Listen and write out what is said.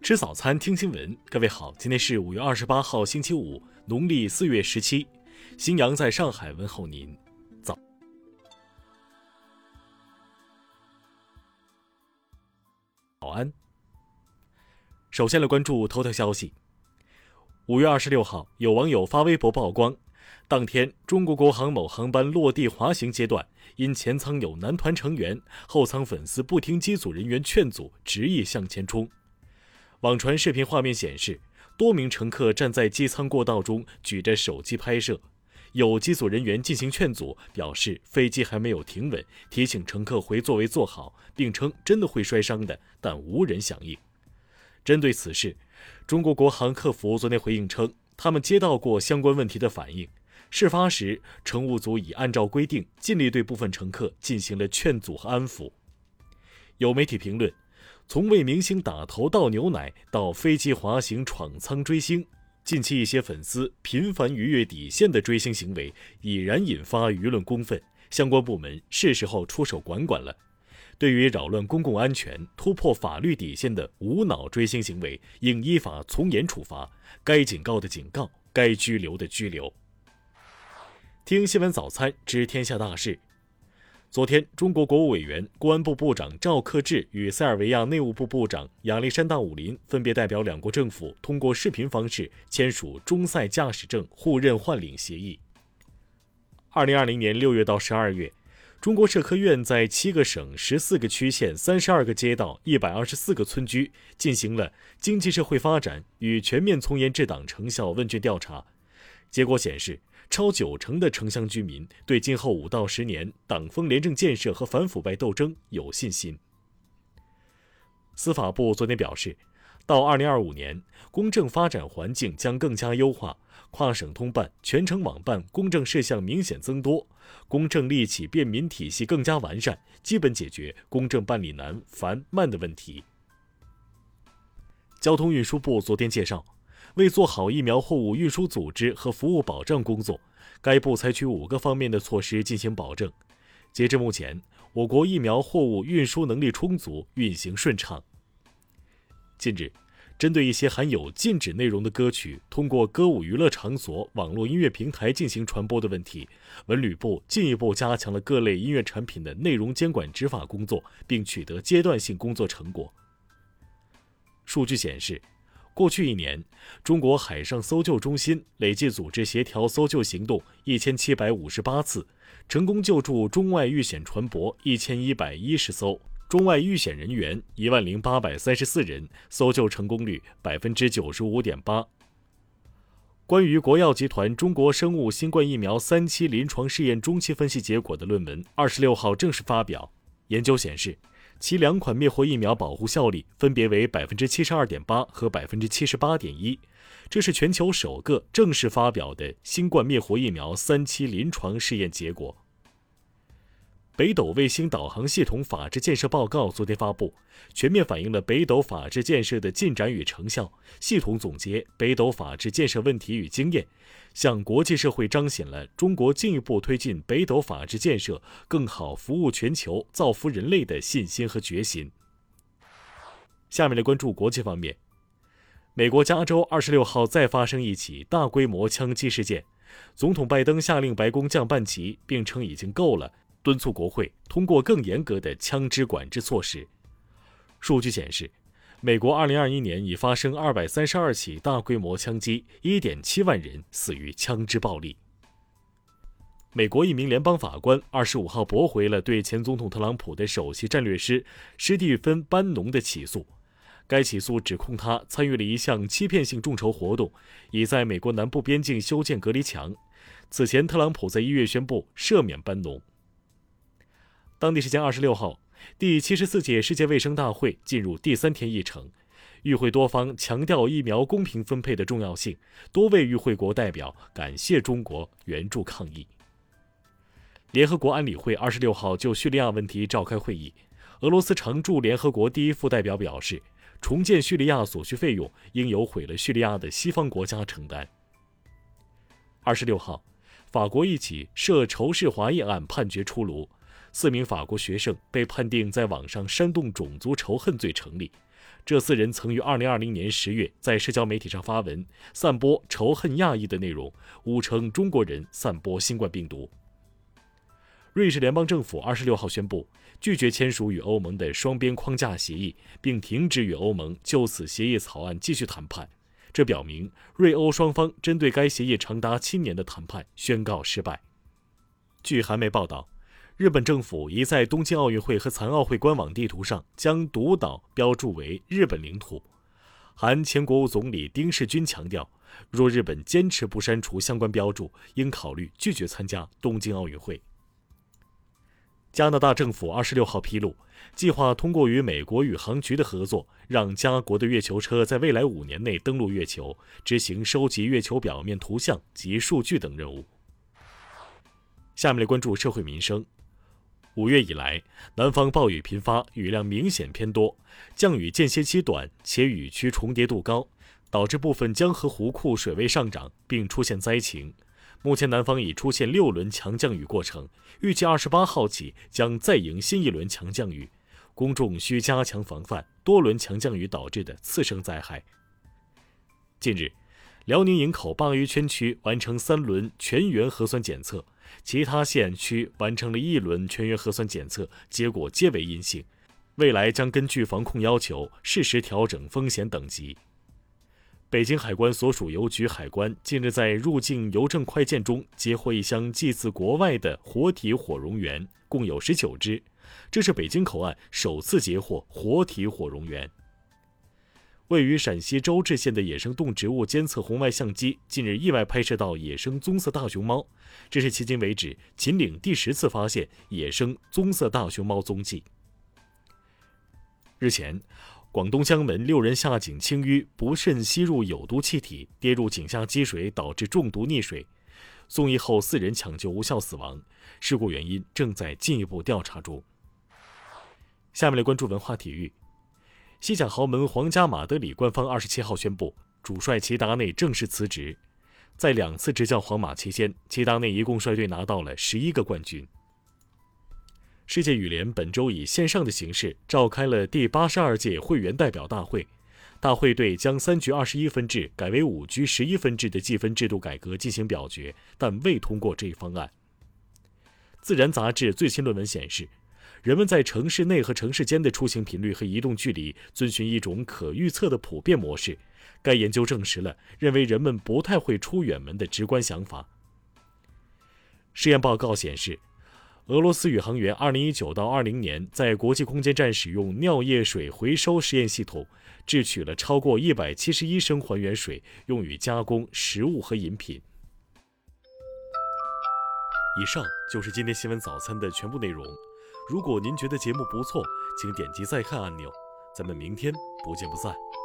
吃早餐，听新闻。各位好，今天是5月28号，星期五，农历4月17。新阳在上海问候您，早安。首先来关注头条消息。5月26号，有网友发微博曝光，当天中国国航某航班落地滑行阶段，因前舱有男团成员，后舱粉丝不听机组人员劝阻，执意向前冲。网传视频画面显示，多名乘客站在机舱过道中举着手机拍摄，有机组人员进行劝阻，表示飞机还没有停稳，提醒乘客回座位坐好，并称真的会摔伤的，但无人响应。针对此事，中国国航客服昨天回应称，他们接到过相关问题的反映，事发时乘务组已按照规定尽力对部分乘客进行了劝阻和安抚。有媒体评论，从为明星打头倒牛奶到飞机滑行闯舱追星，近期一些粉丝频繁逾越底线的追星行为已然引发舆论公愤，相关部门是时候出手管管了。对于扰乱公共安全、突破法律底线的无脑追星行为，应依法从严处罚，该警告的警告，该拘留的拘留。听新闻早餐知天下大事。昨天，中国国务委员、公安部部长赵克志与塞尔维亚内务部部长亚历山大·武林分别代表两国政府通过视频方式签署中塞驾驶证互认换领协议。2020年6月到12月，中国社科院在7个省、14个区县、32个街道、124个村居进行了经济社会发展与全面从严治党成效问卷调查，结果显示，超90%的城乡居民对今后5到10年党风廉政建设和反腐败斗争有信心。司法部昨天表示，到2025年，公证发展环境将更加优化，跨省通办、全程网办公证事项明显增多，公证利企便民体系更加完善，基本解决公证办理难、繁、慢的问题。交通运输部昨天介绍，为做好疫苗货物运输组织和服务保障工作，该部采取5个方面的措施进行保证。截至目前，我国疫苗货物运输能力充足，运行顺畅。近日，针对一些含有禁止内容的歌曲通过歌舞娱乐场所、网络音乐平台进行传播的问题，文旅部进一步加强了各类音乐产品的内容监管执法工作，并取得阶段性工作成果。数据显示，过去1年，中国海上搜救中心累计组织协调搜救行动1758次，成功救助中外遇险船舶1110艘，中外遇险人员10834人，搜救成功率95.8%。关于国药集团中国生物新冠疫苗3期临床试验中期分析结果的论文26号正式发表。研究显示，其2款灭活疫苗保护效力分别为 72.8% 和 78.1%， 这是全球首个正式发表的新冠灭活疫苗3期临床试验结果。北斗卫星导航系统法治建设报告昨天发布，全面反映了北斗法治建设的进展与成效，系统总结北斗法治建设问题与经验，向国际社会彰显了中国进一步推进北斗法治建设、更好服务全球、造福人类的信心和决心。下面来关注国际方面。美国加州26号再发生一起大规模枪击事件，总统拜登下令白宫降半旗，并称已经够了，敦促国会通过更严格的枪支管制措施。数据显示，美国2021年已发生232起大规模枪击， 1.7万人死于枪支暴力。美国一名联邦法官25号驳回了对前总统特朗普的首席战略师史蒂芬·班农的起诉。该起诉指控他参与了一项欺骗性众筹活动，以在美国南部边境修建隔离墙。此前，特朗普在1月宣布赦免班农。当地时间26号，第74届世界卫生大会进入第3天议程，与会多方强调疫苗公平分配的重要性，多位与会国代表感谢中国援助抗疫。联合国安理会26号就叙利亚问题召开会议，俄罗斯常驻联合国第1副代表表示，重建叙利亚所需费用应由毁了叙利亚的西方国家承担。26号，法国一起涉仇视华裔案判决出炉，4名法国学生被判定在网上煽动种族仇恨罪成立， 这4人曾于2020年10月在社交媒体上发文，散播仇恨亚裔的内容，诬称中国人散播新冠病毒。瑞士联邦政府26号宣布，拒绝签署与欧盟的双边框架协议，并停止与欧盟就此协议草案继续谈判。这表明瑞欧双方针对该协议长达7年的谈判宣告失败。据韩媒报道，日本政府已在东京奥运会和残奥会官网地图上将独岛标注为日本领土。韩前国务总理丁世均强调，若日本坚持不删除相关标注，应考虑拒绝参加东京奥运会。加拿大政府26号披露，计划通过与美国宇航局的合作，让加国的月球车在未来5年内登陆月球，执行收集月球表面图像及数据等任务。下面来关注社会民生。5月以来，南方暴雨频发，雨量明显偏多，降雨间歇期短，且雨区重叠度高，导致部分江河湖库水位上涨，并出现灾情。目前南方已出现6轮强降雨过程，预计28号起将再迎新一轮强降雨，公众需加强防范多轮强降雨导致的次生灾害。近日，辽宁营口鲅鱼圈区完成3轮全员核酸检测，其他县区完成了1轮全员核酸检测，结果皆为阴性。未来将根据防控要求，适时调整风险等级。北京海关所属邮局海关近日在入境邮政快件中截获一箱寄自国外的活体火蝾螈，共有19只，这是北京口岸首次截获活体火蝾螈。位于陕西周至县的野生动植物监测红外相机近日意外拍摄到野生棕色大熊猫，这是迄今为止秦岭第10次发现野生棕色大熊猫踪迹。日前，广东江门6人下井清淤，不慎吸入有毒气体，跌入井下积水，导致中毒溺水。送医后4人抢救无效死亡，事故原因正在进一步调查中。下面来关注文化体育。西甲豪门皇家马德里官方27号宣布，主帅齐达内正式辞职。在2次执教皇马期间，齐达内一共率队拿到了11个冠军。世界羽联本周以线上的形式召开了第82届会员代表大会，大会对将3局21分制改为5局11分制的计分制度改革进行表决，但未通过这一方案。自然杂志最新论文显示，人们在城市内和城市间的出行频率和移动距离遵循一种可预测的普遍模式。该研究证实了认为人们不太会出远门的直观想法。实验报告显示，俄罗斯宇航员2019到20年在国际空间站使用尿液水回收实验系统，制取了超过171升还原水，用于加工食物和饮品。以上就是今天新闻早餐的全部内容。如果您觉得节目不错，请点击再看按钮。咱们明天不见不散。